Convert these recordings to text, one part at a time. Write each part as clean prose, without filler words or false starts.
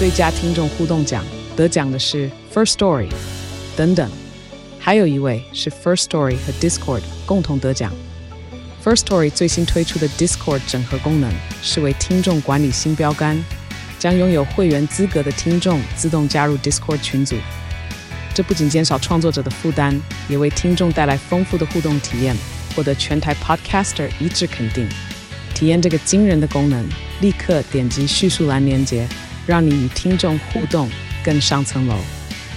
最佳听众互动奖，得奖的是 First Story 等等，还有一位是 First Story 和 Discord 共同得奖。First Story 最新推出的 Discord 整合功能是为听众管理新标杆，将拥有会员资格的听众自动加入 Discord 群组。这不仅减少创作者的负担，也为听众带来丰富的互动体验，获得全台 Podcaster 一致肯定。体验这个惊人的功能，立刻点击叙述栏连结，让你与听众互动更上层楼。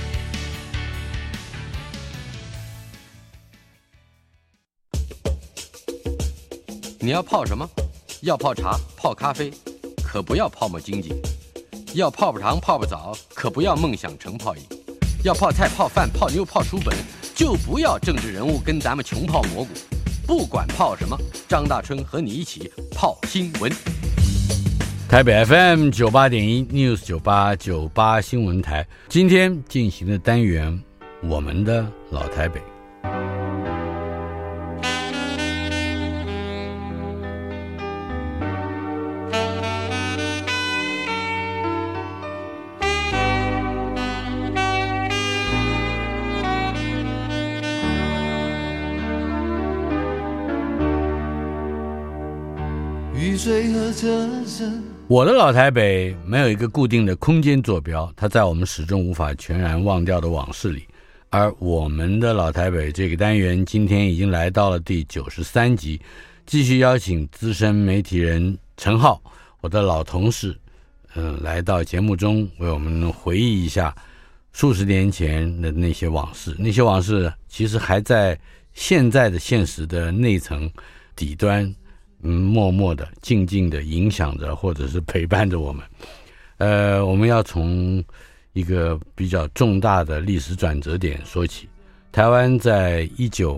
你要泡什么？要泡茶、泡咖啡，可不要泡沫经济；要泡泡糖、泡泡澡，可不要梦想成泡影；要泡菜、泡饭、泡妞、泡书本，就不要政治人物跟咱们穷泡蘑菇。不管泡什么，张大春和你一起泡新闻。台北 FM 98.1 News 98新闻台，今天进行的单元，我们的老台北。我的老台北没有一个固定的空间坐标，它在我们始终无法全然忘掉的往事里。而我们的老台北这个单元今天已经来到了第93集，继续邀请资深媒体人陈浩，我的老同事，来到节目中为我们回忆一下数十年前的那些往事。那些往事其实还在现在的现实的内层底端，默默的静静的影响着或者是陪伴着我们。我们要从一个比较重大的历史转折点说起。台湾在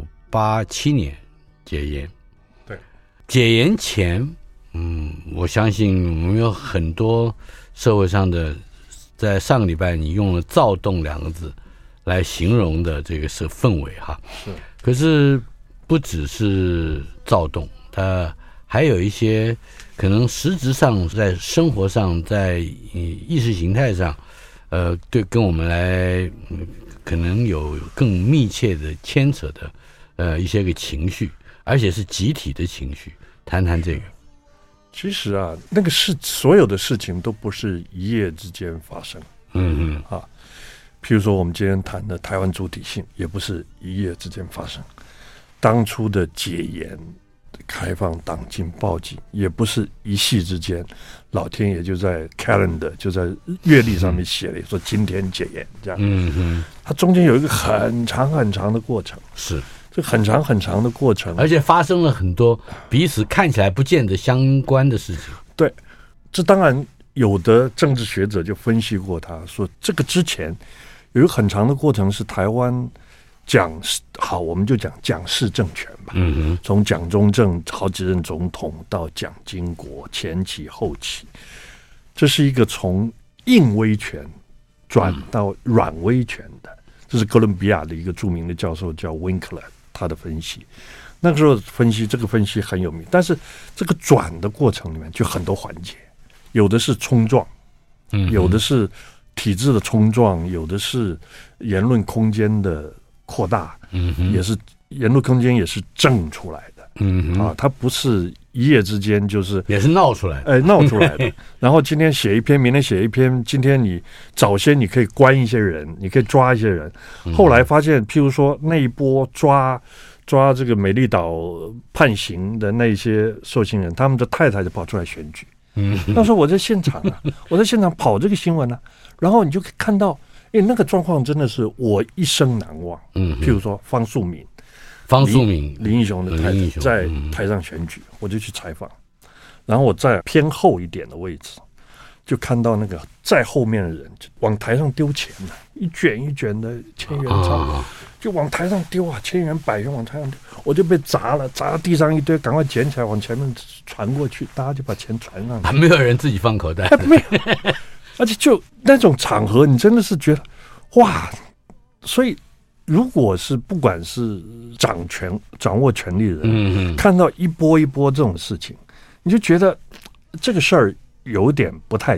1987年解严。 对， 解严前我相信我们有很多社会上的，在上个礼拜你用了躁动两个字来形容的这个是氛围哈。 是， 可是不只是躁动，它还有一些可能实质上在生活上，在意识形态上对跟我们来可能有更密切的牵扯的一些个情绪，而且是集体的情绪。谈谈这个。 其实啊，那个所有的事情都不是一夜之间发生。譬如说我们今天谈的台湾主体性，也不是一夜之间发生。当初的解严、开放党禁报禁，也不是一夕之间，老天爷就在 calendar 就在月历上面写了说今天解严这样。它中间有一个很长很长的过程。 是。 这很长很长的过程， 而且发生了很多彼此看起来不见得相关的事情。 对，这当然有的政治学者就分析过，他说这个之前有一个很长的过程是台湾我们就讲蒋氏政权吧。从蒋中正好几任总统到蒋经国前期后期，这是一个从硬威权转到软威权的。这是哥伦比亚的一个著名的教授叫 Winkler 他的分析。那个时候这个分析很有名，但是这个转的过程里面就很多环节，有的是冲撞，有的是体制的冲撞，有的是言论空间的扩大，也是言论空间也是挣出来的。它不是一夜之间，就是也是闹出来的， 闹出来的。然后今天写一篇，明天写一篇，今天你早先你可以关一些人，你可以抓一些人，后来发现，譬如说那一波抓这个美丽岛判刑的那些受刑人，他们的太太就跑出来选举。那时候我在现场啊，我在现场跑这个新闻啊，然后你就看到，那个状况真的是我一生难忘。譬如说方素敏。林义雄的太太在台上选举，我就去采访，然后我在偏后一点的位置，就看到那个在后面的人就往台上丢钱了，一卷一卷的千元钞，就往台上丢啊，千元百元往台上丢，我就被砸到地上一堆，赶快捡起来往前面传过去，大家就把钱传上去。 没有人自己放口袋， 没有，而且就那种场合，你真的是觉得哇，所以。如果是不管是掌握权力的人，看到一波一波这种事情，你就觉得这个事儿有点不太对，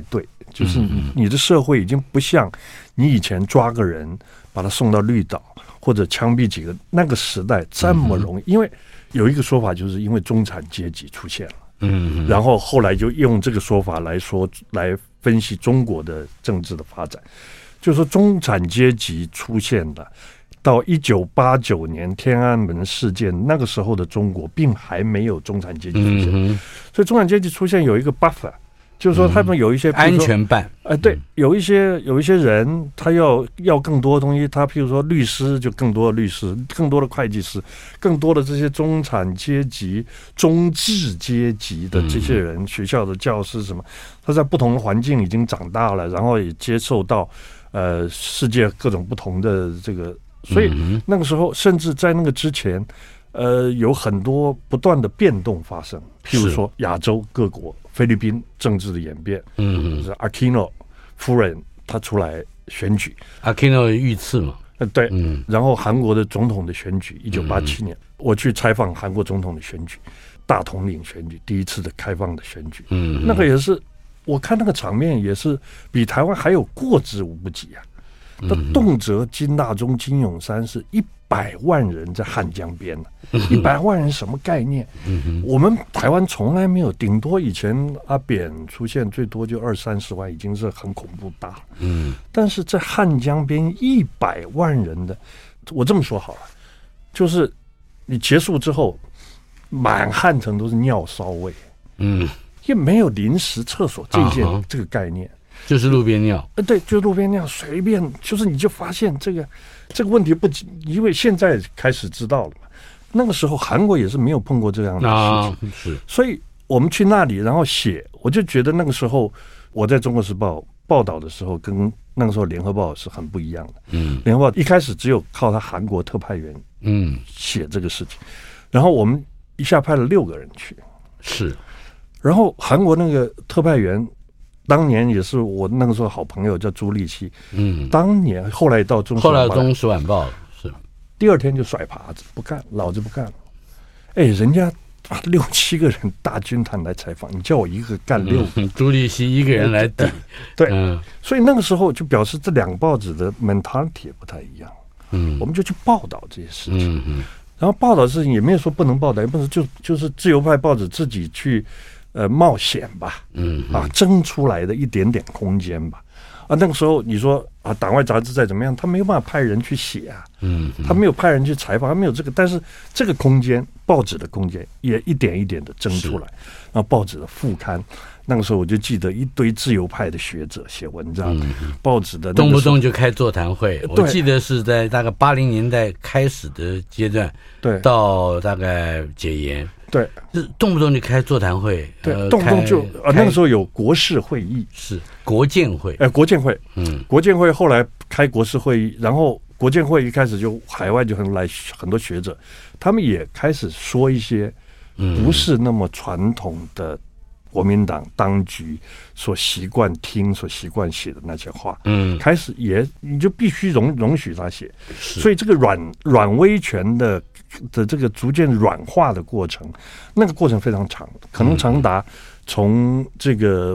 就是你的社会已经不像你以前抓个人把他送到绿岛或者枪毙几个那个时代这么容易，因为有一个说法就是因为中产阶级出现了，然后后来就用这个说法来分析中国的政治的发展，就是说中产阶级出现了。到1989年天安门事件，那个时候的中国并还没有中产阶级出现，所以中产阶级出现有一个 buffer， 就是说他们有一些安全办， 对，有一些人他要更多的东西，他譬如说律师就更多的律师，更多的会计师，更多的这些中产阶级、中智阶级的这些人，学校的教师什么，他在不同的环境已经长大了，然后也接受到世界各种不同的这个。所以那个时候，甚至在那个之前，有很多不断的变动发生。譬如说，亚洲各国、菲律宾政治的演变，就是 Aquino 夫人她出来选举 ，Aquino 遇刺嘛， 对，然后韩国的总统的选举，1987年，我去采访韩国总统的选举，大统领选举，第一次的开放的选举，那个也是，我看那个场面也是比台湾还有过之无不及啊。那动辄金大中、金泳三是100万人在汉江边呢，100万人什么概念？我们台湾从来没有，顶多以前阿扁出现最多就20-30万，已经是很恐怖大了。但是在汉江边100万人的，我这么说好了，就是你结束之后，满汉城都是尿骚味，也没有临时厕所这个概念。 就是路边尿， 对，就是路边尿，随便，就是你就发现这个问题不，因为现在开始知道了嘛。那个时候韩国也是没有碰过这样的事情， 是，所以我们去那里，然后写，我就觉得那个时候我在中国时报报道的时候，跟那个时候联合报是很不一样的。联合报一开始只有靠他韩国特派员写这个事情，然后我们一下派了6个人去， 是， 然后韩国那个特派员。当年也是我那个时候好朋友叫朱立熙，当年后来到中时晚报了，是第2天就甩耙子不干，老子不干了。人家6-7个人大军团来采访，你叫我一个干6个， 朱立熙一个人来抵， 对，所以那个时候就表示这2个报纸的 mentality 也不太一样，我们就去报道这些事情，然后报道事情也没有说不能报道，也不是就是自由派报纸自己去。冒险吧，争出来的一点点空间吧，那个时候你说党外杂志再怎么样，他没有办法派人去写啊，他没有派人去采访，他没有这个，但是这个空间，报纸的空间也一点一点的争出来，然后报纸的副刊，那个时候我就记得一堆自由派的学者写文章，报纸的动不动就开座谈会，我记得是在大概80年代开始的阶段， 对， 到大概解严。 对， 动不动就开座谈会， 对，动不动就那个时候有国事会议， 是国建会， 国建会，国建会后来开国事会议，然后国建会一开始就海外就来很多学者，他们也开始说一些不是那么传统的国民党当局所习惯听、所习惯写的那些话，开始也你就必须容许他写，所以这个软威权的这个逐渐软化的过程，那个过程非常长，可能长达从这个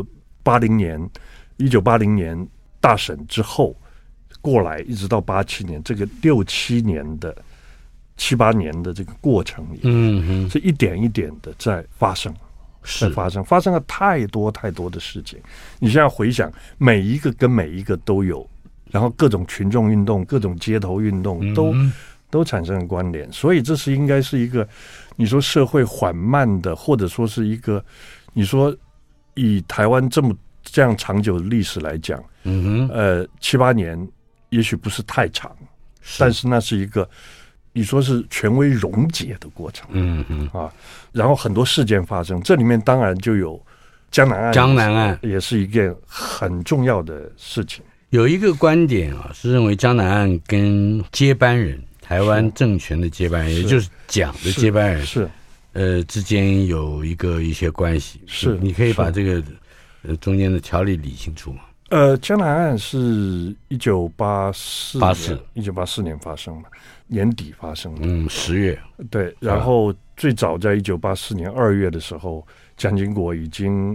1980年大审之后过来，一直到87年，这个6-7年的7-8年的这个过程里，是一点一点的在发生。发生了太多的事情。你现在回想，每一个跟每一个都有，然后各种群众运动、各种街头运动都产生了关联。所以这是应该是一个，你说社会缓慢的，或者说是一个，你说以台湾这样长久的历史来讲，7-8年也许不是太长，但是那是一个。你说是权威溶解的过程，然后很多事件发生，这里面当然就有江南案也是一件很重要的事情。 有一个观点是认为江南案跟接班人，台湾政权的接班人，也就是蒋的接班人是之间有一些关系。 是， 你可以把这个中间的条理理清楚吗？ 江南案是1984年发生的，年底发生的 ，10月。 对，然后最早在1984年2月的时候，蒋经国已经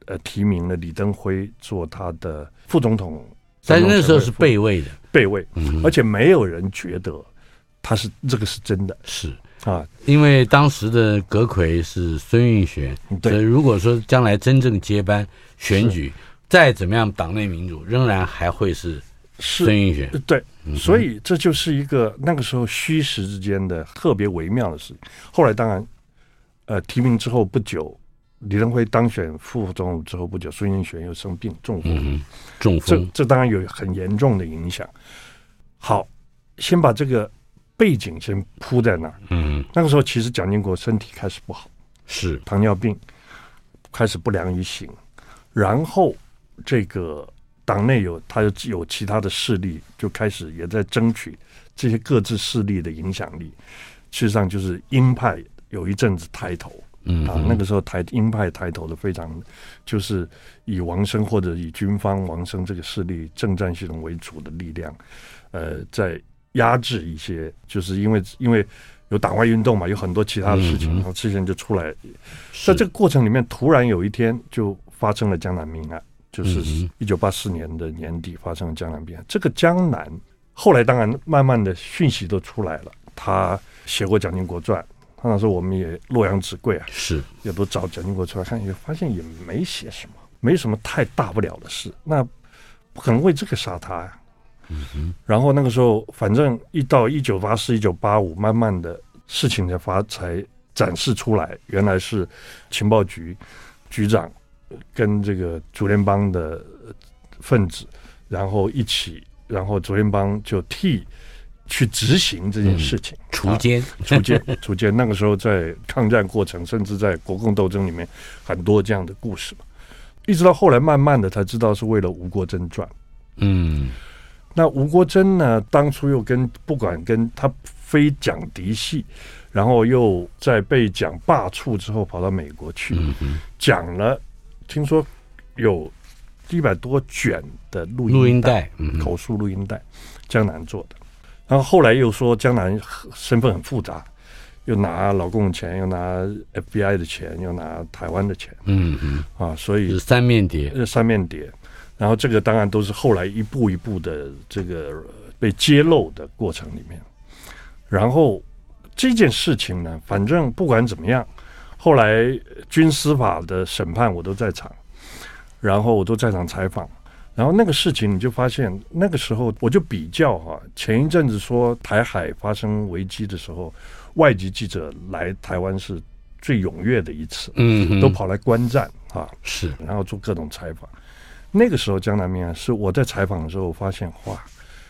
提名了李登辉做他的副总统， 但那时候是备位的， 而且没有人觉得这个是真的， 是啊， 因为当时的阁揆是孙运璇，所以如果说将来真正接班选举，再怎么样党内民主，仍然还会是孙运璇。 对，所以这就是一个那个时候虚实之间的特别微妙的事情。后来当然，提名之后不久，李登辉当选副总统之后不久，孙运璇又生病中风，这当然有很严重的影响。好，先把这个背景先铺在那儿。那个时候其实蒋经国身体开始不好， 是糖尿病，开始不良于行，然后这个党内他有其他的势力，就开始也在争取这些各自势力的影响力。事实上就是鹰派有一阵子抬头，那个时候鹰派抬头的非常，就是以王生或者以军方王生这个势力政战系统为主的力量，在压制一些，就是因为有党外运动嘛，有很多其他的事情，然后这些人就出来，在这个过程里面，突然有一天就发生了江南命案，就是1984年的年底发生了江南命案。这个江南后来当然慢慢的讯息都出来了，他写过《蒋经国传》，那时候我们也洛阳纸贵啊， 是也都找蒋经国出来看，也发现也没写什么，没什么太大不了的事，那不可能为这个杀他呀。然后那个时候，反正一到1984、1985，慢慢的事情才展示出来，原来是情报局局长跟这个竹联帮的分子，然后一起，然后竹联帮就去执行这件事情， 锄奸。 那个时候在抗战过程，甚至在国共斗争里面，很多这样的故事嘛。一直到后来，慢慢的才知道是为了吴国桢传。那吴国桢呢，当初又不管跟他非蒋嫡系，然后又在被蒋罢黜之后，跑到美国去，讲了，听说有100多卷的录音带，口述录音带，江南做的。然后后来又说江南身份很复杂，又拿老共的钱，又拿 FBI 的钱，又拿台湾的钱，所以是三面谍。 然后这个当然都是后来一步一步的这个被揭露的过程里面。然后这件事情呢，反正不管怎么样，后来军司法的审判我都在场，然后我都在场采访。然后那个事情你就发现，那个时候我就比较前一阵子说台海发生危机的时候，外籍记者来台湾是最踊跃的一次，都跑来观战是， 然后做各种采访。那个时候江南命案是我在采访的时候发现，哇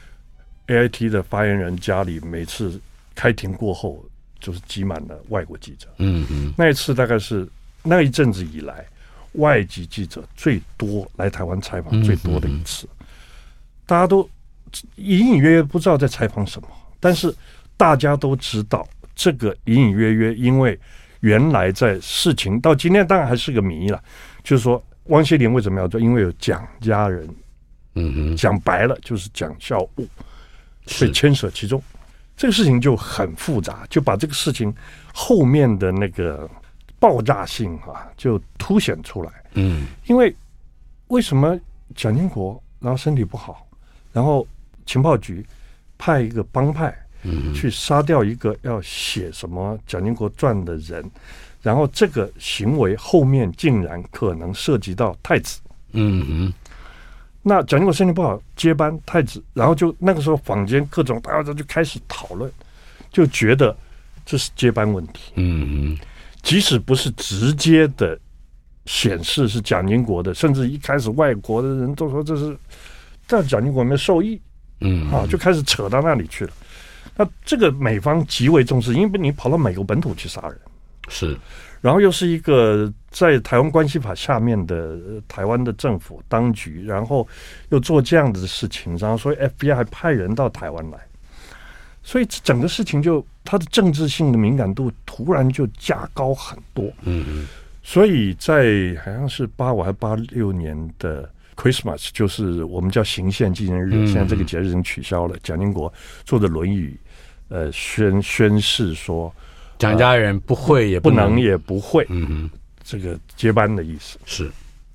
AIT 的发言人家里每次开庭过后就是挤满了外国记者，那一次大概是那一阵子以来外籍记者最多来台湾采访最多的一次，大家都隐隐约约不知道在采访什么，但是大家都知道这个隐隐约约，因为原来在事情到今天当然还是个谜了，就是说汪希龄为什么要做？因为有蒋家人，讲白了就是蒋孝务被牵涉其中，这个事情就很复杂，就把这个事情后面的那个爆炸性就凸显出来。因为什么蒋经国然后身体不好，然后情报局派一个帮派去杀掉一个要写什么蒋经国传的人，然后这个行为后面竟然可能涉及到太子。那蒋经国身体不好，接班太子，然后就那个时候坊间各种大家就开始讨论，就觉得这是接班问题。即使不是直接的显示是蒋经国的，甚至一开始外国的人都说这是在蒋经国没有受益，就开始扯到那里去了。那这个美方极为重视，因为你跑到美国本土去杀人， 是， 然后又是一个在台湾关系法下面的台湾的政府当局，然后又做这样子的事情，然后所以 FBI 还派人到台湾来，所以整个事情就它的政治性的敏感度突然就加高很多。所以在好像是85还86年的 Christmas， 就是我们叫行宪纪念日，现在这个节日已经取消了。蒋经国做的《论语》宣誓说，蒋家人不会也不能也不会，这个接班的意思是。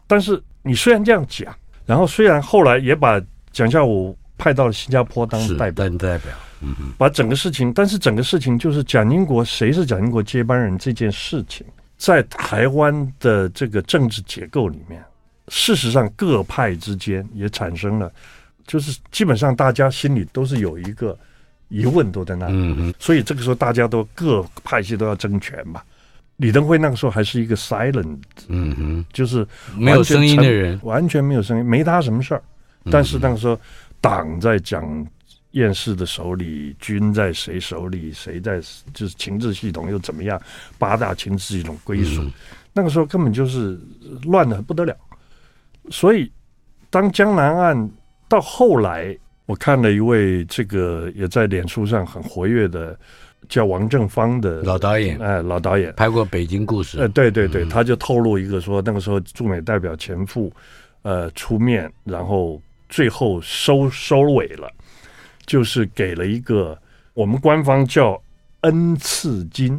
但是你虽然这样讲，然后虽然后来也把蒋孝武派到了新加坡当代表，把整个事情，但是整个事情就是蒋经国谁是蒋经国接班人这件事情，在台湾的这个政治结构里面，事实上各派之间也产生了，就是基本上大家心里都是有一个疑问都在那里，所以这个时候大家都各派系都要争权嘛。李登辉那个时候还是一个 silent， 就是没有声音的人， 完全没有声音，没他什么事儿。但是那个时候，党在蒋验视的手里，军在谁手里，谁在就是情治系统又怎么样，8大情治系统归属，那个时候根本就是乱得不得了。所以，当江南案到后来，我看了一位这个也在脸书上很活跃的。叫王正芳的老导演， 老导演拍过《北京故事》。 对，他就透露一个说，那个时候驻美代表前夫，出面，然后最后收尾了，就是给了一个我们官方叫恩赐金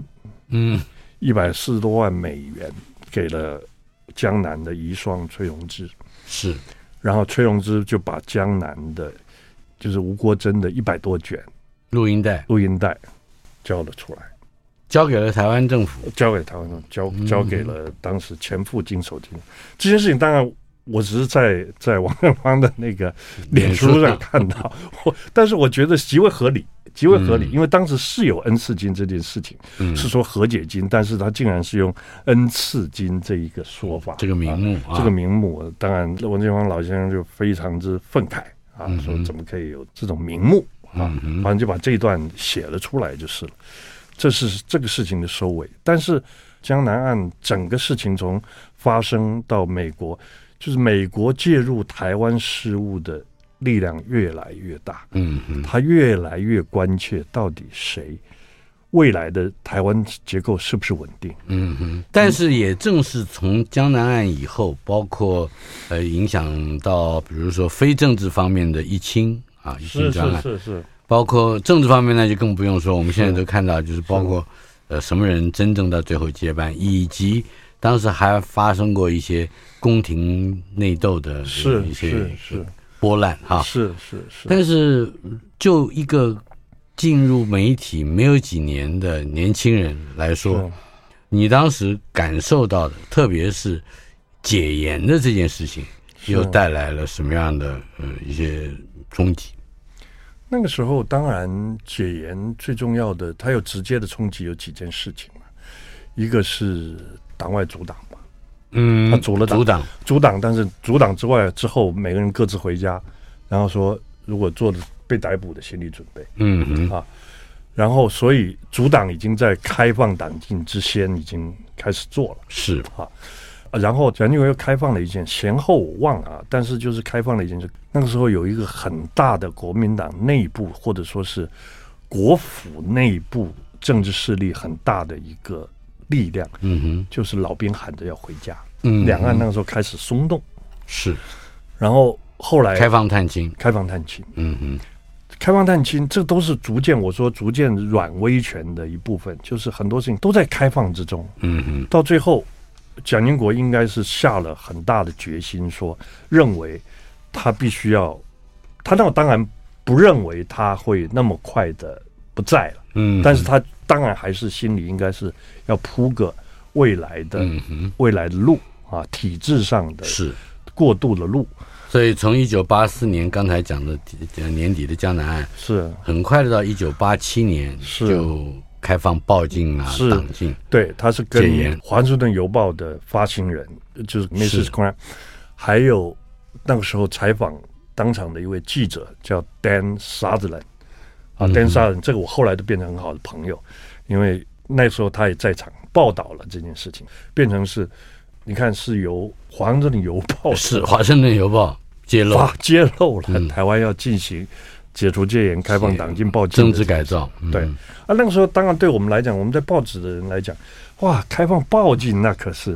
，140多万美元给了江南的遗孀崔荣芝， 是，然后崔荣芝就把江南的，就是吴国桢的100多卷录音带。 交了出来， 交给了台湾政府， 交给了当时前副金守金。这件事情当然我只是在王正芳的那个脸书上看到，但是我觉得极为合理，因为当时是有恩赐金这件事情，是说和解金，但是他竟然是用恩赐金这一个说法， 这个名目， 这个名目，当然王正芳老先生就非常之愤慨说怎么可以有这种名目。反正就把这一段写了出来就是了，这是这个事情的收尾。但是江南案整个事情从发生到美国，就是美国介入台湾事务的力量越来越大，他越来越关切到底谁未来的台湾结构是不是稳定。 但是也正是从江南案以后，包括影响到比如说非政治方面的一清专案， 是， 包括政治方面呢就更不用说，我们现在都看到就是包括什么人真正到最后接班，以及当时还发生过一些宫廷内斗的一些波澜是。 但是就一个进入媒体没有几年的年轻人来说，你当时感受到的，特别是解严的这件事情，又带来了什么样的一些冲击？ 那个时候当然解严最重要的，它有直接的冲击，有几件事情嘛。一个是党外阻挡嘛，他阻挡，但是阻挡之后每个人各自回家，然后说如果做了被逮捕的心理准备，然后所以阻挡已经在开放党禁之先已经开始做了， 是然后蒋经国又开放了一件，前后我忘了但是就是开放了一件，那个时候有一个很大的国民党内部或者说是国府内部政治势力很大的一个力量，就是老兵喊着要回家，两岸那个时候开始松动， 是， 然后后来开放探亲， 开放探亲，这都是逐渐软威权的一部分，就是很多事情都在开放之中，到最后。蒋经国应该是下了很大的决心，说认为他必须要，他那当然不认为他会那么快的不在了，但是他当然还是心里应该是要铺个未来的路体制上的过渡的路。 所以从1984年刚才讲的年底的江南案，是很快的到1987年就。开放报禁党禁， 对，他是跟《华盛顿邮报》的发行人，就是那次公安，还有那个时候采访当场的一位记者叫 Dan Sutherland，Dan Sutherland 这个我后来都变成很好的朋友，因为那时候他也在场报道了这件事情，变成是，你看是由《华盛顿邮报》 《华盛顿邮报》揭露了台湾要进行。解除戒严、开放党禁、报禁、 政治改造， 对那个时候当然对我们来讲，我们在报纸的人来讲，哇，开放报禁那可是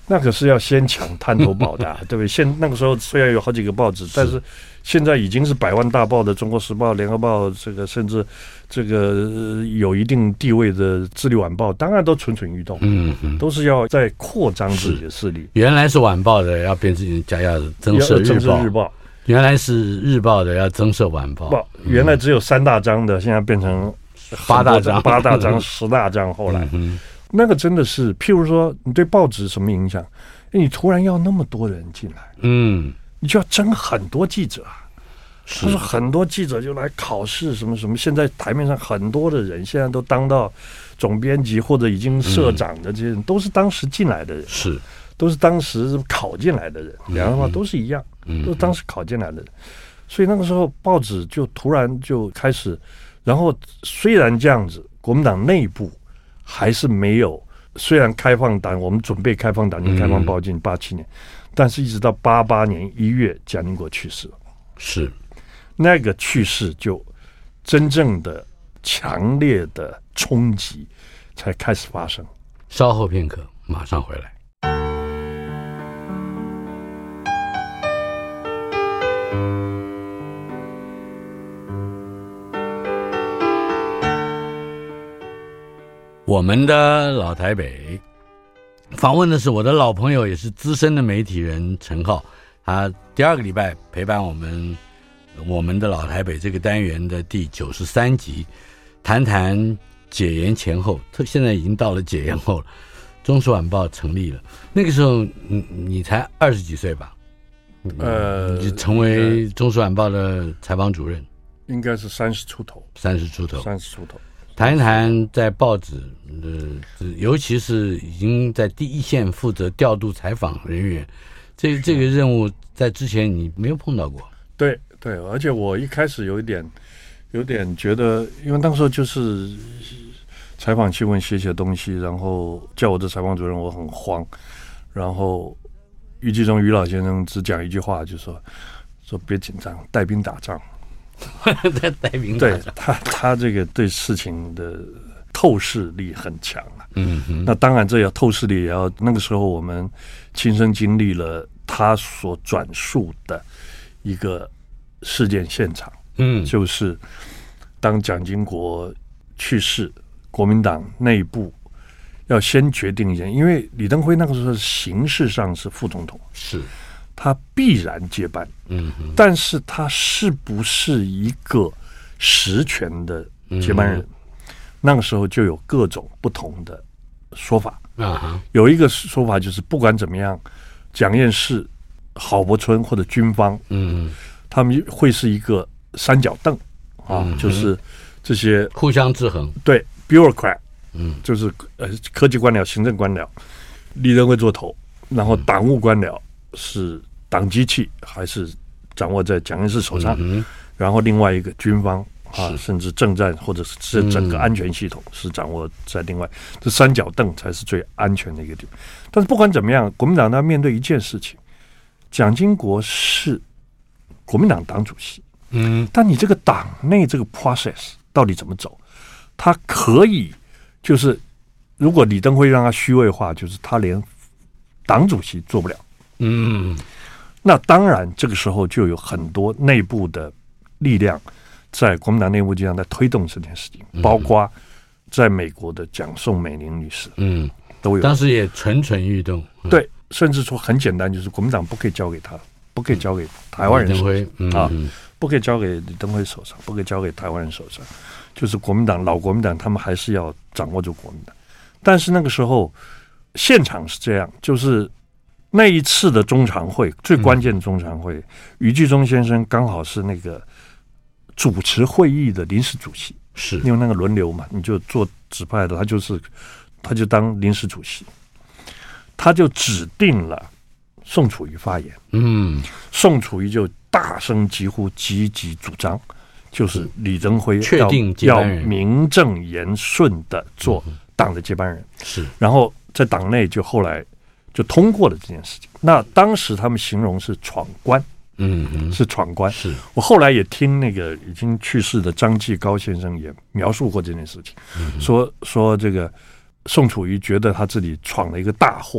那可是要先抢滩头堡的、对不对？那个时候虽然有好几个报纸，但是现在已经是百万大报的《中国时报》、《联合报》，这个甚至这个有一定地位的《自立晚报》，当然都蠢蠢欲动，都是要在扩张自己的势力。 原来是晚报的要变成要增设日报，原来是日报的要增设晚报， 原来只有3大章的，现在变成 8大章、 10大章。后来，那个真的是，譬如说，你对报纸什么影响？你突然要那么多人进来，你就要征很多记者啊。就是很多记者就来考试什么什么。现在台面上很多的人，现在都当到总编辑或者已经社长的这些人，都是当时进来的人，都是当时考进来的人，两个话都是一样，都是当时考进来的人。所以那个时候报纸就突然就开始，然后虽然这样子，国民党内部还是没有，虽然开放党，我们准备开放党禁、开放报禁87年，但是一直到88年1月，蒋经国去世了，那个去世就真正的强烈的冲击才开始发生。 稍后片刻，马上回来。我们的老台北访问的是我的老朋友，也是资深的媒体人陈浩，他第2个礼拜陪伴我们的老台北这个单元的第93集，谈谈解严前后，现在已经到了解严后了。中时晚报成立了，那个时候你才20几岁吧？你就成为中时晚报的采访主任， 应该是30出头。谈一谈在报纸，尤其是已经在第一线负责调度采访人员，这个任务在之前你没有碰到过。 对，而且我一开始有点觉得，因为当时就是采访新闻写东西，然后叫我的采访主任，我很慌。然后余纪忠余老先生只讲一句话，就说别紧张，带兵打仗。 带兵打仗， 对他这个对事情的透视力很强啊。那当然这要透视力，也要那个时候我们亲身经历了他所转述的一个事件现场。就是当蒋经国去世，国民党内部要先决定一件，因为李登辉那个时候形式上是副总统，他必然接班，但是他是不是一个实权的接班人，那个时候就有各种不同的说法。有一个说法就是不管怎么样，蒋介石、郝柏村或者军方，他们会是一个三角凳啊，就是这些互相制衡。 对 ，bureaucrat，就是科技官僚、行政官僚，李登辉做头，然后党务官僚是党机器还是掌握在蒋介石手上，然后另外一个军方啊，甚至政战或者是整个安全系统是掌握在另外，这三角凳才是最安全的一个地方。但是不管怎么样，国民党要面对一件事情，蒋经国是国民党党主席，但你这个党内这个 process 到底怎么走？他可以就是如果李登辉让他虚位化，就是他连党主席做不了。那当然这个时候就有很多内部的力量在国民党内部力量在推动这件事情，包括在美国的蒋宋美龄女士，都有， 当时也蠢蠢欲动。 对，甚至说很简单，就是国民党不可以交给他，不可以交给台湾人手上，不可以交给李登辉手上，不可以交给台湾人手上，就是国民党老国民党他们还是要掌握住国民党。但是那个时候现场是这样，就是那一次的中常会，最关键的中常会，余纪忠先生刚好是那个主持会议的临时主席， 是因为那个轮流嘛，你就做指派的，他就当临时主席，他就指定了宋楚瑜发言。宋楚瑜就大声疾呼，积极主张，就是李登辉确定要名正言顺的做党的接班人。 是， 然后在党内就后来就通过了这件事情。那当时他们形容是闯关，是闯关。是我后来也听那个已经去世的张继高先生也描述过这件事情，说这个宋楚瑜觉得他自己闯了一个大祸了，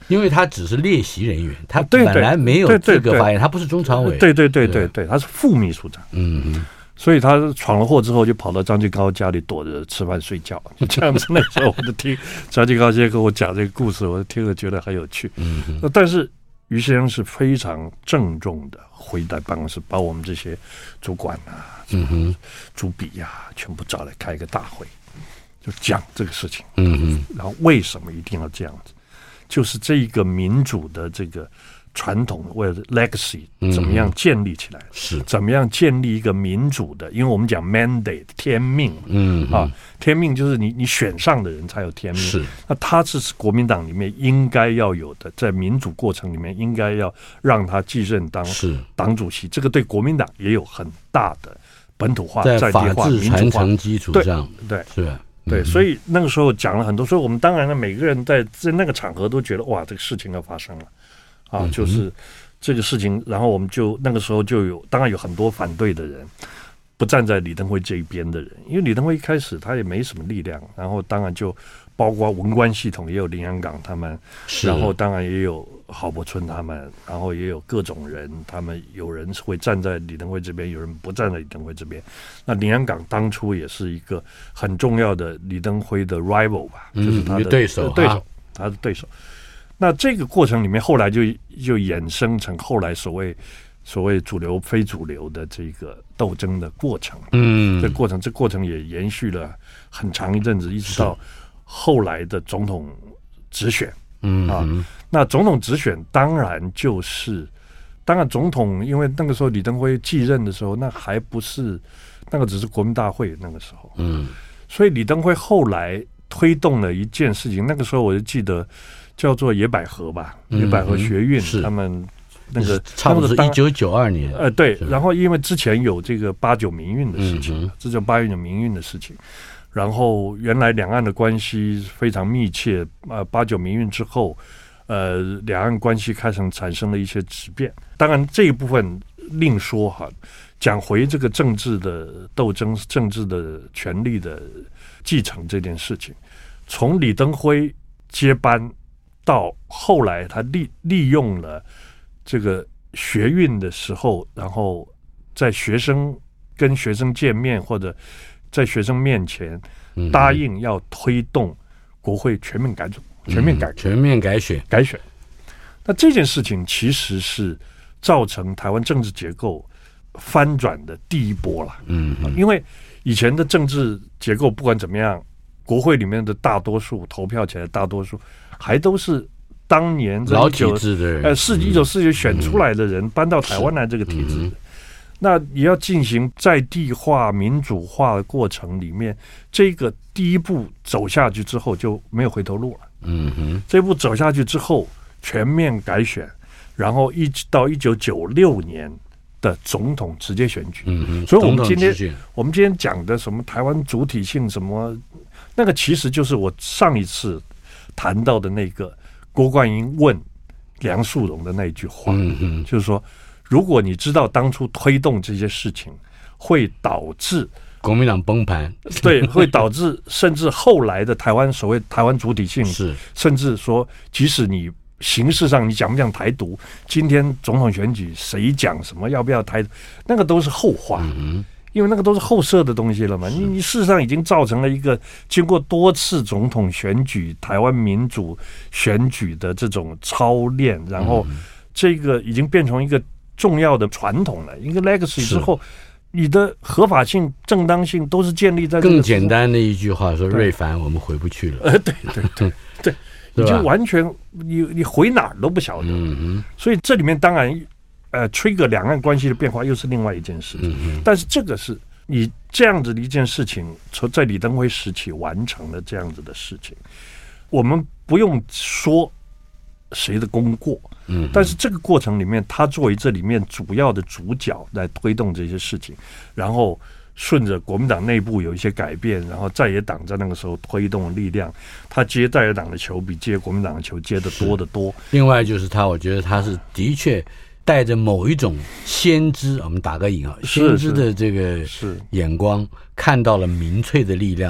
因为他只是列席人员，他本来没有资格发言，他不是中常委。 对，他是副秘书长。所以他闯了祸之后，就跑到张继高家里躲着吃饭睡觉，就这样子。那时候我就听张继高先生跟我讲这个故事，我听了觉得很有趣。但是于先生是非常郑重的回来办公室，把我们这些主管啊、主笔啊全部找来开一个大会，就讲这个事情。然后为什么一定要这样子？就是这一个民主的这个传统或者 legacy 怎么样建立起来？ 是怎么样建立一个民主的？因为我们讲 mandate 天命，天命就是你选上的人才有天命。 是， 那他是国民党里面应该要有的，在民主过程里面应该要让他继任当党主席。这个对国民党也有很大的本土化、在地化、民主化传承基础上， 对， 是吧？ 对，所以那个时候讲了很多，所以我们当然呢，每个人在那个场合都觉得哇，这个事情要发生了就是这个事情。然后我们就那个时候就有，当然有很多反对的人，不站在李登辉这一边的人，因为李登辉一开始他也没什么力量，然后当然就包括文官系统也有林洋港他们，然后当然也有郝柏村他们，然后也有各种人，他们有人会站在李登辉这边，有人不站在李登辉这边。那林洋港当初也是一个很重要的李登辉的 rival 吧，就是他的对手， 他的对手。那这个过程里面，后来就衍生成后来所谓主流非主流的这个斗争的过程。这过程也延续了很长一阵子，一直到后来的总统直选。那总统直选当然总统，因为那个时候李登辉继任的时候，那还不是那个只是国民大会那个时候。所以李登辉后来推动了一件事情，那个时候我就记得叫做野百合吧，野百合学运，他们那个差不多是1992年。 对，然后因为之前有这个8·9民运的事情，这叫8·9民运的事情。然后原来两岸的关系非常密切，8·9民运之后，两岸关系开始产生了一些质变。当然这一部分另说哈。讲回这个政治的斗争、政治的权力的继承这件事情，从李登辉接班到后来他利用了这个学运的时候，然后在跟学生见面或者在学生面前答应要推动国会全面改组、全面改选。那这件事情其实是造成台湾政治结构翻转的第一波了。因为以前的政治结构不管怎么样，国会里面的大多数投票起来，大多数还都是当年老体制的人 ，1949选出来的人搬到台湾来这个体制。那也要进行在地化、民主化的过程里面，这个第一步走下去之后就没有回头路了。这一步走下去之后，全面改选，然后一直到1996年的总统直接选举。所以我们今天讲的什么台湾主体性什么，那个其实就是我上一次谈到的那个郭冠英问梁漱溧的那一句话。就是说，如果你知道当初推动这些事情会导致国民党崩盘， 对，会导致甚至后来的台湾所谓台湾主体性， 是甚至说即使你形式上你讲不讲台独，今天总统选举谁讲什么要不要台独，那个都是后话。因为那个都是后设的东西了嘛。你事实上已经造成了一个经过多次总统选举、台湾民主选举的这种操练，然后这个已经变成一个重要的传统了，一个 legacy 之后，你的合法性、正当性都是建立在更简单的一句话说：“瑞凡，我们回不去了。” 对，你就完全你回哪儿都不晓得。所以这里面当然trigger 两岸关系的变化又是另外一件事情。但是这个是你这样子的一件事情，在李登辉时期完成了这样子的事情，我们不用说谁的功过。但是这个过程里面，他作为这里面主要的主角来推动这些事情，然后顺着国民党内部有一些改变，然后在野党在那个时候推动力量，他接在野党的球比接国民党的球接得多得多。 另外就是我觉得他是的确带着某一种先知，我们打个引号，先知的这个眼光，看到了民粹的力量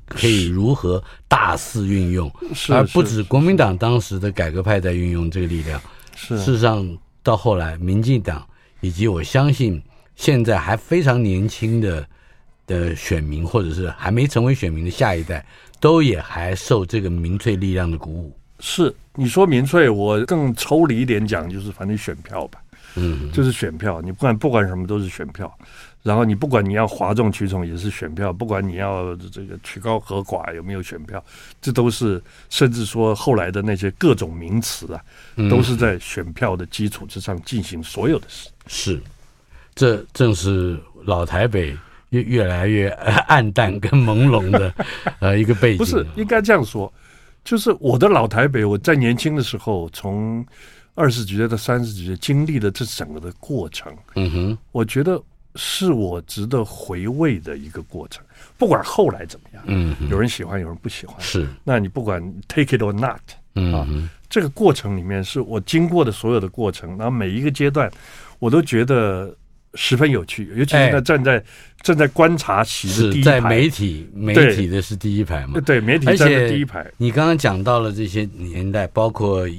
可以如何大肆运用，而不止国民党当时的改革派在运用这个力量。事实上到后来民进党以及我相信现在还非常年轻的选民，或者是还没成为选民的下一代，都也还受这个民粹力量的鼓舞。 是，你说民粹，我更抽离一点讲，就是反正选票吧，就是选票，你不管什么都是选票，然后你不管你要哗众取宠也是选票，不管你要这个曲高和寡有没有选票，这都是甚至说后来的那些各种名词啊，都是在选票的基础之上进行所有的事。 是，这正是老台北越来越暗淡跟朦胧的一个背景。 不是应该这样说，就是我的老台北，我在年轻的时候，从20几岁到30几岁，经历了这整个的过程，我觉得是我值得回味的一个过程。不管后来怎么样，有人喜欢，有人不喜欢， 是， 那你不管 take it or not，这个过程里面是我经过的所有的过程，然后每一个阶段，我都觉得十分有趣，尤其是站在观察席的第一排， 在媒体的是第一排嘛？ 对，媒体站在第一排。 你刚刚讲到了这些年代，包括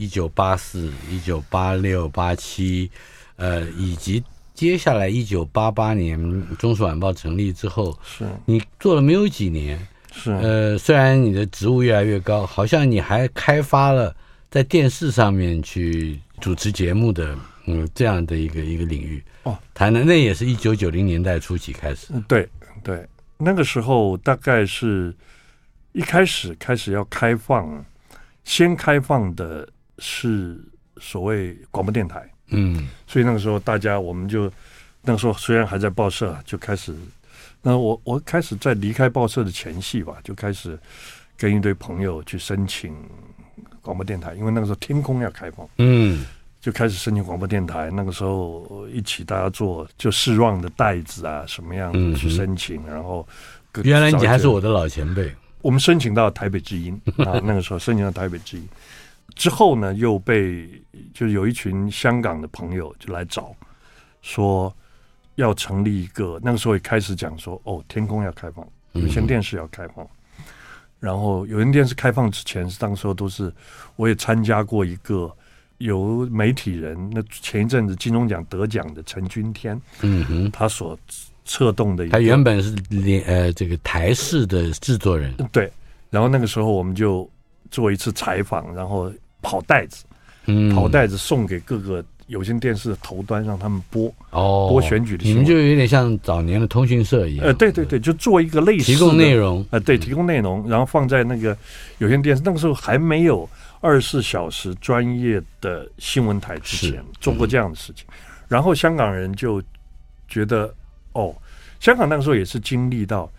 1984、1986、87，以及接下来1988年中时晚报成立之后， 是你做了没有几年？ 是虽然你的职务越来越高，好像你还开发了在电视上面去主持节目的这样的一个领域。谈的那也是1990年代初期开始。 对，那个时候大概是一开始要开放，先开放的是所谓广播电台。所以那个时候我们就那个时候虽然还在报社，就开始。那我开始在离开报社的前夕吧，就开始跟一堆朋友去申请广播电台，因为那个时候天空要开放。就开始申请广播电台，那个时候一起大家做就试让的袋子啊，什么样子去申请，然后原来你还是我的老前辈。 我们申请到台北之音啊，那个时候申请到台北之音之后呢，又就有一群香港的朋友就来找，说要成立一个，那个时候也开始讲说天空要开放，有线电视要开放。然后有线电视开放之前，当时候都是我也参加过一个。由媒体人，那前一阵子金钟奖得奖的陈君天，他所策动的一个， 他原本是这个台视的制作人， 对。然后那个时候我们就做一次采访，然后跑袋子送给各个有线电视的头端，让他们播选举的新闻。 你们就有点像早年的通讯社一样， 对，就做一个类似的提供内容， 对，提供内容，然后放在那个有线电视，那个时候还没有24小时专业的新闻台之前做过这样的事情。然后香港人就觉得香港那个时候也是经历到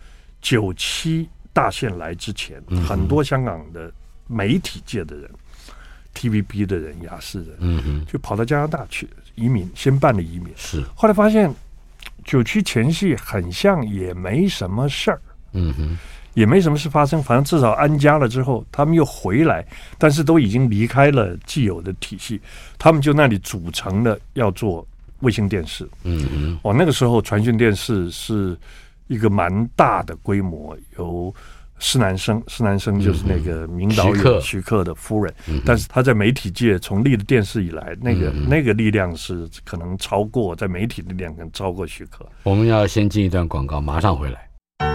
97大限来之前，很多香港的媒体界的人，TVB 的人、亚视人，就跑到加拿大去移民，先办了移民。 是， 后来发现97前夕很像也没什么事儿，也没什么事发生，反正至少安家了之后，他们又回来，但是都已经离开了既有的体系，他们就那里组成了要做卫星电视。那个时候传讯电视是一个蛮大的规模，由施南生就是那个名导演徐克的夫人，但是他在媒体界从立了电视以来，那个力量是可能超过，在媒体力量可能超过徐克。 我们要先进一段广告，马上回来。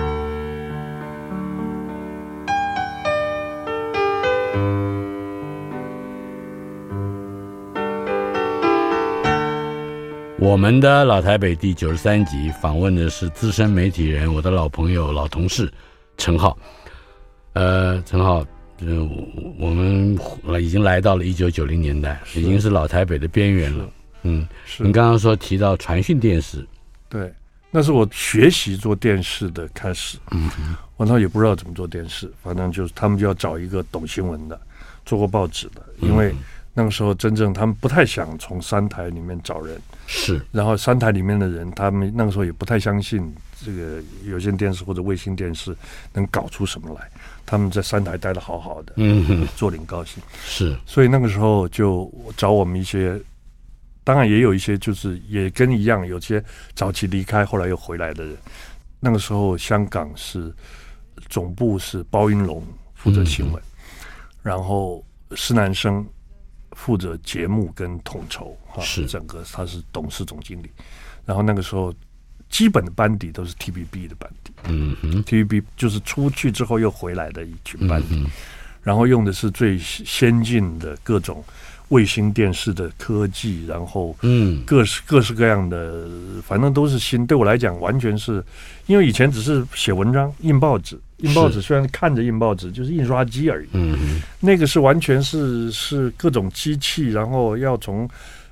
我们的老台北第93集访问的是资深媒体人，我的老朋友、老同事陈浩。陈浩，我们已经来到了1990年代，已经是老台北的边缘了。你刚刚说提到传讯电视， 对，那是我学习做电视的开始。我那时候也不知道怎么做电视，反正就是他们就要找一个懂新闻的，做过报纸的，因为那个时候真正他们不太想从3台里面找人， 是， 然后3台里面的人，他们那个时候也不太相信这个有线电视或者卫星电视能搞出什么来。他们在3台待得好好的，坐领高兴， 是， 所以那个时候就找我们一些，当然也有一些就是也跟一样，有些早期离开后来又回来的人。那个时候香港是总部是包云龙负责新闻，然后施南生负责节目跟统筹， 是整个他是董事总经理。然后那个时候基本的班底都是 TVB 的班底，TVB 就是出去之后又回来的一群班底，然后用的是最先进的各种卫星电视的科技，然后各式各样的，反正都是新。对我来讲，完全是因为以前只是写文章、印报纸虽然看着印报纸，就是印刷机而已。那个是完全是各种机器，然后要从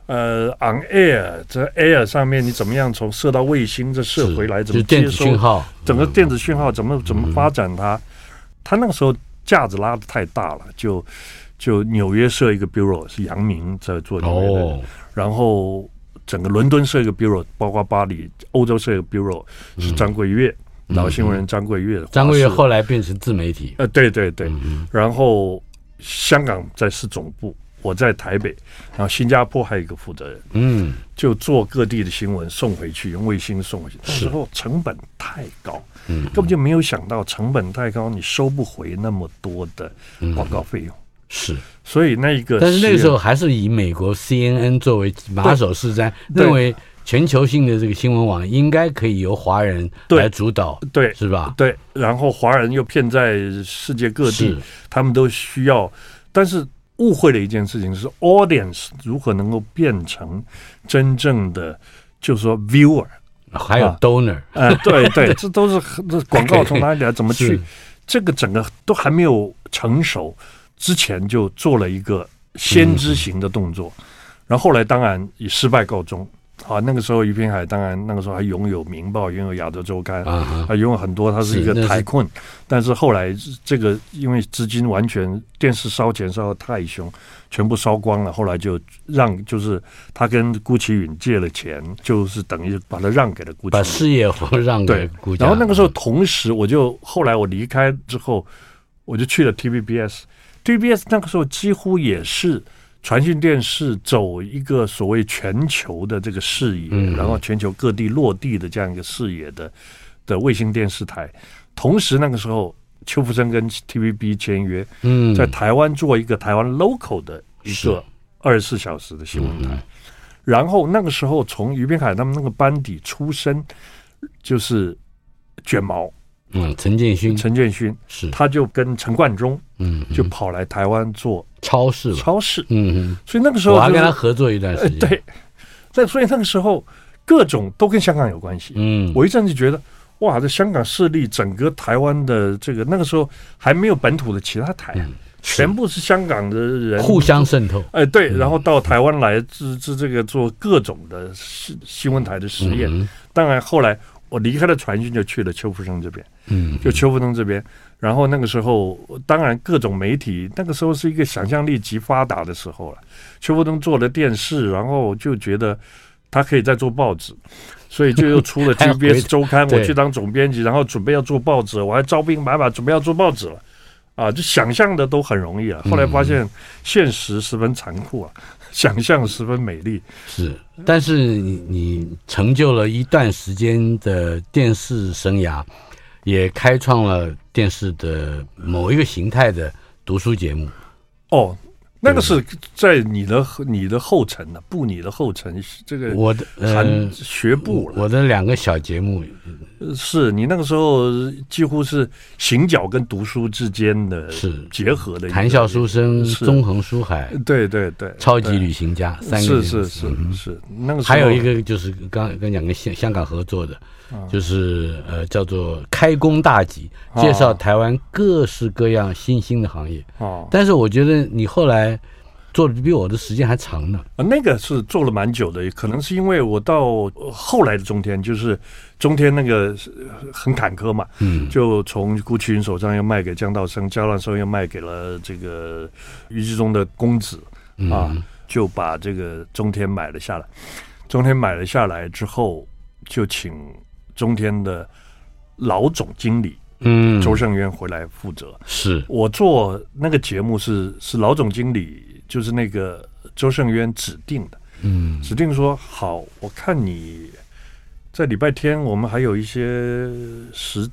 on air 这 air 上面你怎么样从射到卫星，这射回来怎么接收整个电子讯号，怎么发展它？它那个时候架子拉得太大了，就纽约设一个 bureau 是杨明在做纽约的，然后整个伦敦设一个 bureau， 包括巴黎，欧洲设一个 bureau 是张贵月，老新闻人张贵月。 张贵月后来变成自媒体， 对，然后香港在是总部。我在台北，然后新加坡还有一个负责人，就做各地的新闻送回去，用卫星送回去。那时候成本太高，根本就没有想到成本太高，你收不回那么多的广告费用。 是， 所以那一个， 但是那个时候还是以美国 CNN 作为马首是瞻，认为全球性的这个新闻网应该可以由华人来主导， 对， 是吧？ 对，然后华人又遍在世界各地，他们都需要，但是。误会的一件事情是 audience 如何能够变成真正的就是说 viewer 还有 donor 对这都是广告从哪里来怎么去这个整个都还没有成熟之前就做了一个先知型的动作，然后后来当然以失败告终。那个时候于平海当然那个时候还拥有明报，拥有亚洲周刊，还拥有很多，他是一个台困。但是后来这个因为资金完全电视烧钱烧得太凶，全部烧光了，后来就就是他跟辜启允借了钱，就是等于把它让给了辜启允， 把事业让给辜家。 然后那个时候同时后来我离开之后，我就去了 TVBS 那个时候几乎也是传讯电视走一个所谓全球的这个视野，然后全球各地落地的这样一个视野的卫星电视台。同时那个时候邱福生跟 TVB 签约，在台湾做一个台湾 local 的一个24小时的新闻台。然后那个时候从于平海他们那个班底出身就是卷毛， 陈建勋是，他就跟陈冠中，就跑来台湾做超市，所以那个时候我还跟他合作一段时间， 对，所以那个时候各种都跟香港有关系。我一阵就觉得，哇，这香港势力整个台湾的这个那个时候还没有本土的其他台，全部是香港的人互相渗透， 对，然后到台湾来这个做各种的新闻台的实验。当然后来我离开了传讯，就去了邱福生这边，就邱福生这边。然后那个时候，当然各种媒体，那个时候是一个想象力极发达的时候了。邱福生做了电视，然后就觉得他可以再做报纸，所以就又出了 TBS 周刊，我去当总编辑，然后准备要做报纸，我还招兵买马准备要做报纸了。就想象的都很容易了，后来发现现实十分残酷啊，想象十分美丽。 是，但是你成就了一段时间的电视生涯，也开创了电视的某一个形态的读书节目。 那个是在你的后尘呢，你的后尘，这个我的学部了。 我的2个小节目， 是你那个时候几乎是行脚跟读书之间的结合的。 谈笑书生、纵横书海， 对， 超级旅行家，3个是那个时候还有一个就是刚讲跟香港合作的，就是叫做开工大吉，介绍台湾各式各样新兴的行业。但是我觉得你后来做的比我的时间还长呢。 那个是做了蛮久的，可能是因为我到后来的中天，就是中天那个很坎坷嘛，就从辜启允手上又卖给江道生，江道生又卖给了这个余志忠的公子就把这个中天买了下来。中天买了下来之后，就请中天的老总经理周胜渊回来负责。 是我做那个节目是老总经理，就是那个周胜渊指定的，指定说好，我看你在礼拜天我们还有一些时段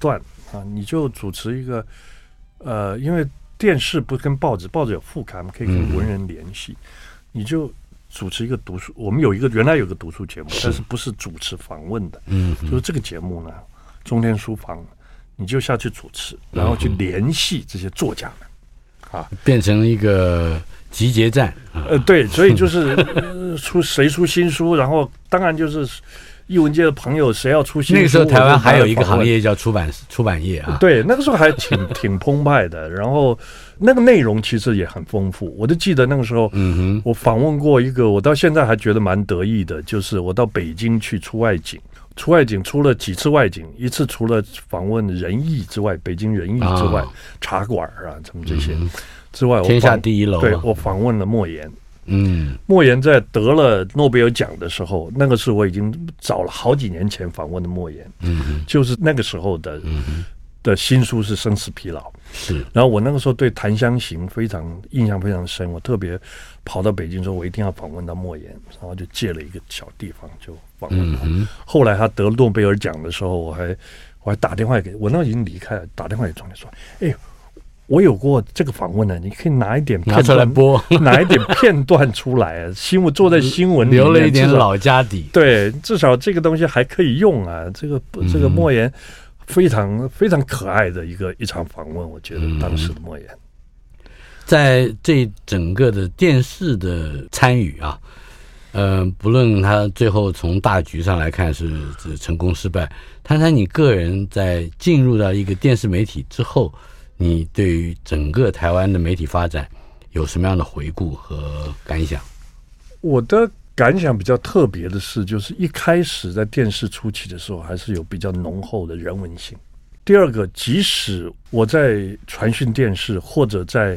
啊，你就主持一个因为电视不跟报纸有副刊，可以跟文人联系，你就主持一个读书。我们原来有个读书节目，但是不是主持访问的，就是这个节目呢，中天书房，你就下去主持，然后去联系这些作家们， 变成一个集结站。 对，所以就是谁出新书，然后当然就是艺文界的朋友谁要出新书。 那个时候台湾还有一个行业叫出版业啊。 对，那个时候还挺澎湃的，然后那个内容其实也很丰富。我就记得那个时候，我访问过一个，我到现在还觉得蛮得意的，就是我到北京去出外景出了几次外景，一次除了访问仁义之外，北京仁义之外，茶馆啊什么这些之外， 天下第一楼。 对，我访问了莫言。莫言在得了诺贝尔奖的时候，那个是我已经早了好几年前访问的莫言，就是那个时候的新书是《生死疲劳》， 是。 然后我那个时候对檀香刑印象非常深，我特别跑到北京说，我一定要访问到莫言，然后就借了一个小地方就访问他。后来他得诺贝尔奖的时候，我还打电话给我，那已经离开了，打电话给总理说，我有过这个访问呢，你可以拿一点片段出来播， 拿一点片段出来啊，坐在新闻里面留了一点老家底。 对，至少这个东西还可以用啊。这个莫言非常非常可爱的一场访问，我觉得当时的莫言， 在这整个的电视的参与啊，不论他最后从大局上来看是成功失败，谈谈你个人在进入到一个电视媒体之后，你对于整个台湾的媒体发展有什么样的回顾和感想？ 我的感想比较特别的是，就是一开始在电视初期的时候，还是有比较浓厚的人文性。第二个，即使我在传讯电视或者在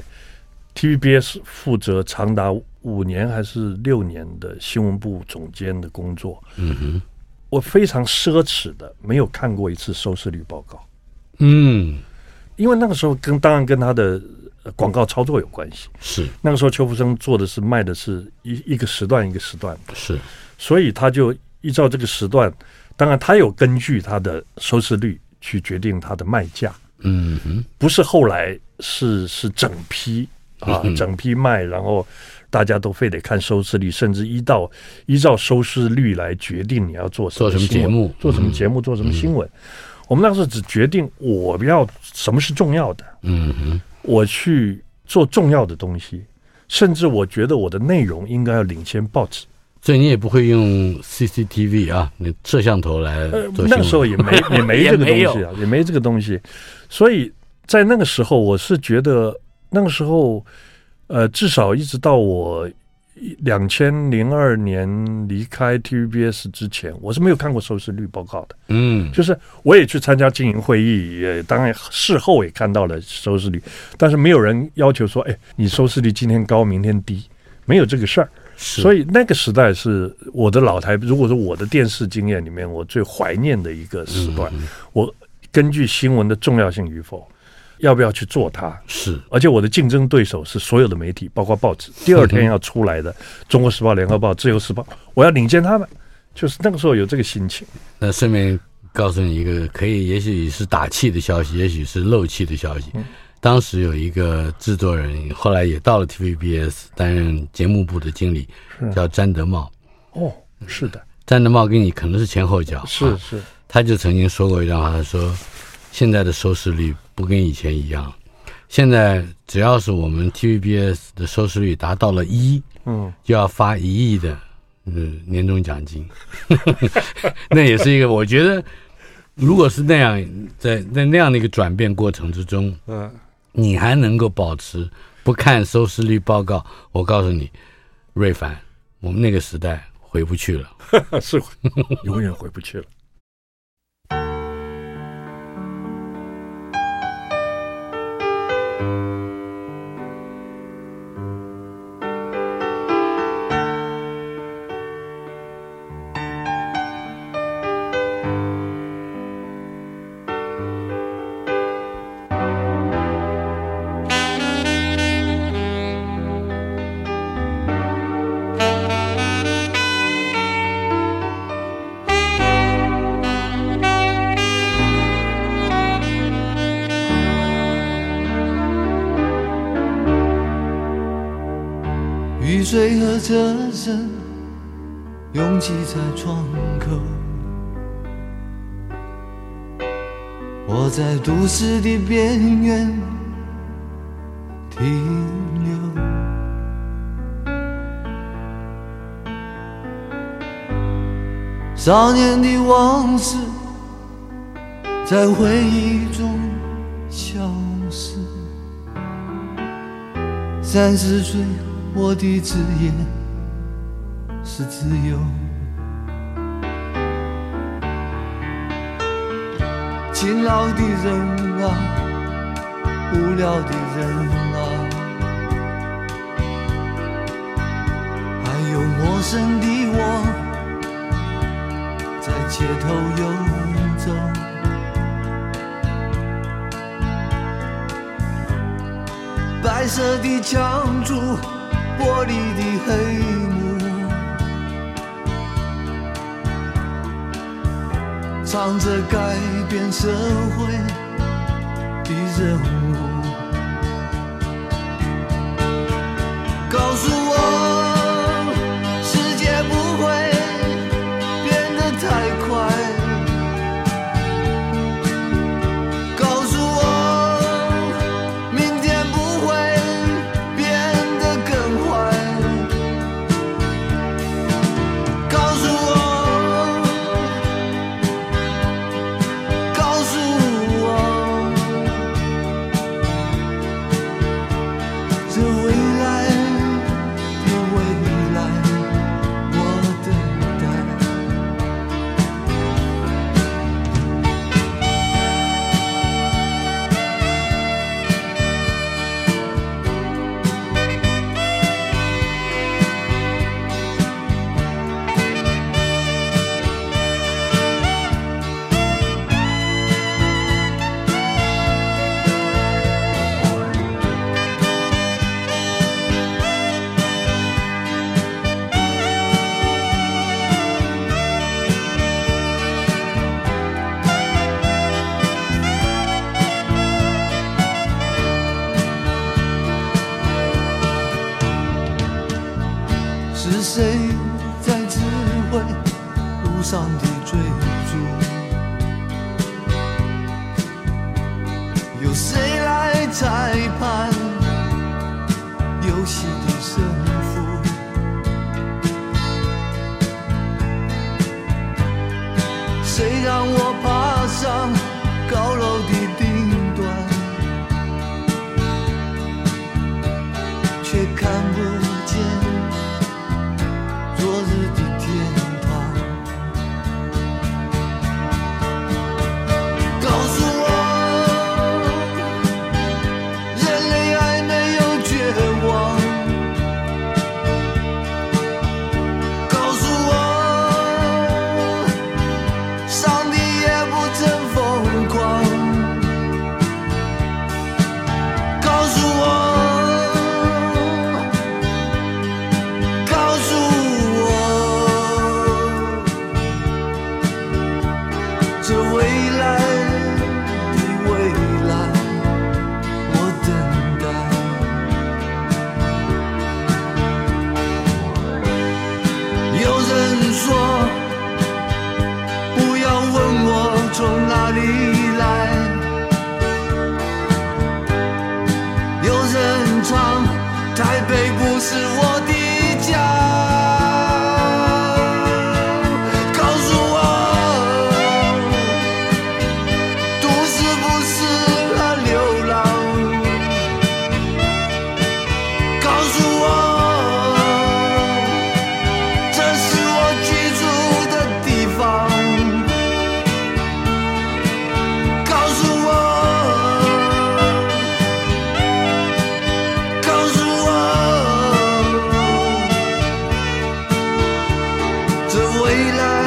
TVBS 负责长达5年还是6年的新闻部总监的工作，我非常奢侈的没有看过一次收视率报告。因为那个时候当然跟他的广告操作有关系。是那个时候邱福生做的是卖的是一个时段一个时段，是，所以他就依照这个时段，当然他有根据他的收视率去决定他的卖价。不是后来是整批整批卖，然后大家都非得看收视率，甚至依照收视率来决定你要做什么节目，做什么新闻。我们那时候只决定我要什么是重要的，我去做重要的东西，甚至我觉得我的内容应该要领先报纸。 所以你也不会用 CCTV 啊，你摄像头来做新闻。 那个时候也没这个东西啊，也没这个东西。所以在那个时候，我是觉得那个时候，至少一直到我2002年离开 TVBS 之前，我是没有看过收视率报告的。就是我也去参加经营会议，也当然事后也看到了收视率，但是没有人要求说，你收视率今天高明天低，没有这个事儿。所以那个时代是我的老台，如果说我的电视经验里面我最怀念的一个时段。我根据新闻的重要性与否，要不要去做它，是，而且我的竞争对手是所有的媒体，包括报纸，第二天要出来的中国时报、联合报、自由时报，我要领先他们，就是那个时候有这个心情。 那顺便告诉你一个可以也许是打气的消息，也许是漏气的消息。当时有一个制作人，后来也到了 TVBS 担任节目部的经理，叫詹德茂。是的，詹德茂跟你可能是前后脚。是，他就曾经说过一段话，他说现在的收视率不跟以前一样，现在只要是我们 TVBS 的收视率达到了1，就要发1亿的年终奖金。那也是一个，我觉得如果是那样，在那样的一个转变过程之中，你还能够保持不看收视率报告，我告诉你，瑞凡，我们那个时代回不去了。 是永远回不去了。 水和车声拥挤在窗口，我在都市的边缘停留。少年的往事在回忆中消失，30岁我的职业是自由，勤劳的人啊，无聊的人啊，还有陌生的我在街头游走，白色的墙柱，玻璃的黑幕，唱着改变社会的任务，告诉我世界不会变得太快，告诉我明天不会变得更坏，告诉我这未来的未来我等待。是谁在指挥路上的追逐？由谁来裁判游戏的胜负？谁让我爬上高楼的顶端，却看不见昨日的天堂？告诉我人类还没有绝望，告诉我上帝也不曾疯狂，告诉我这未来的未来我等待。有人说不要问我从哪里来，有人唱台北不是我的家，这未来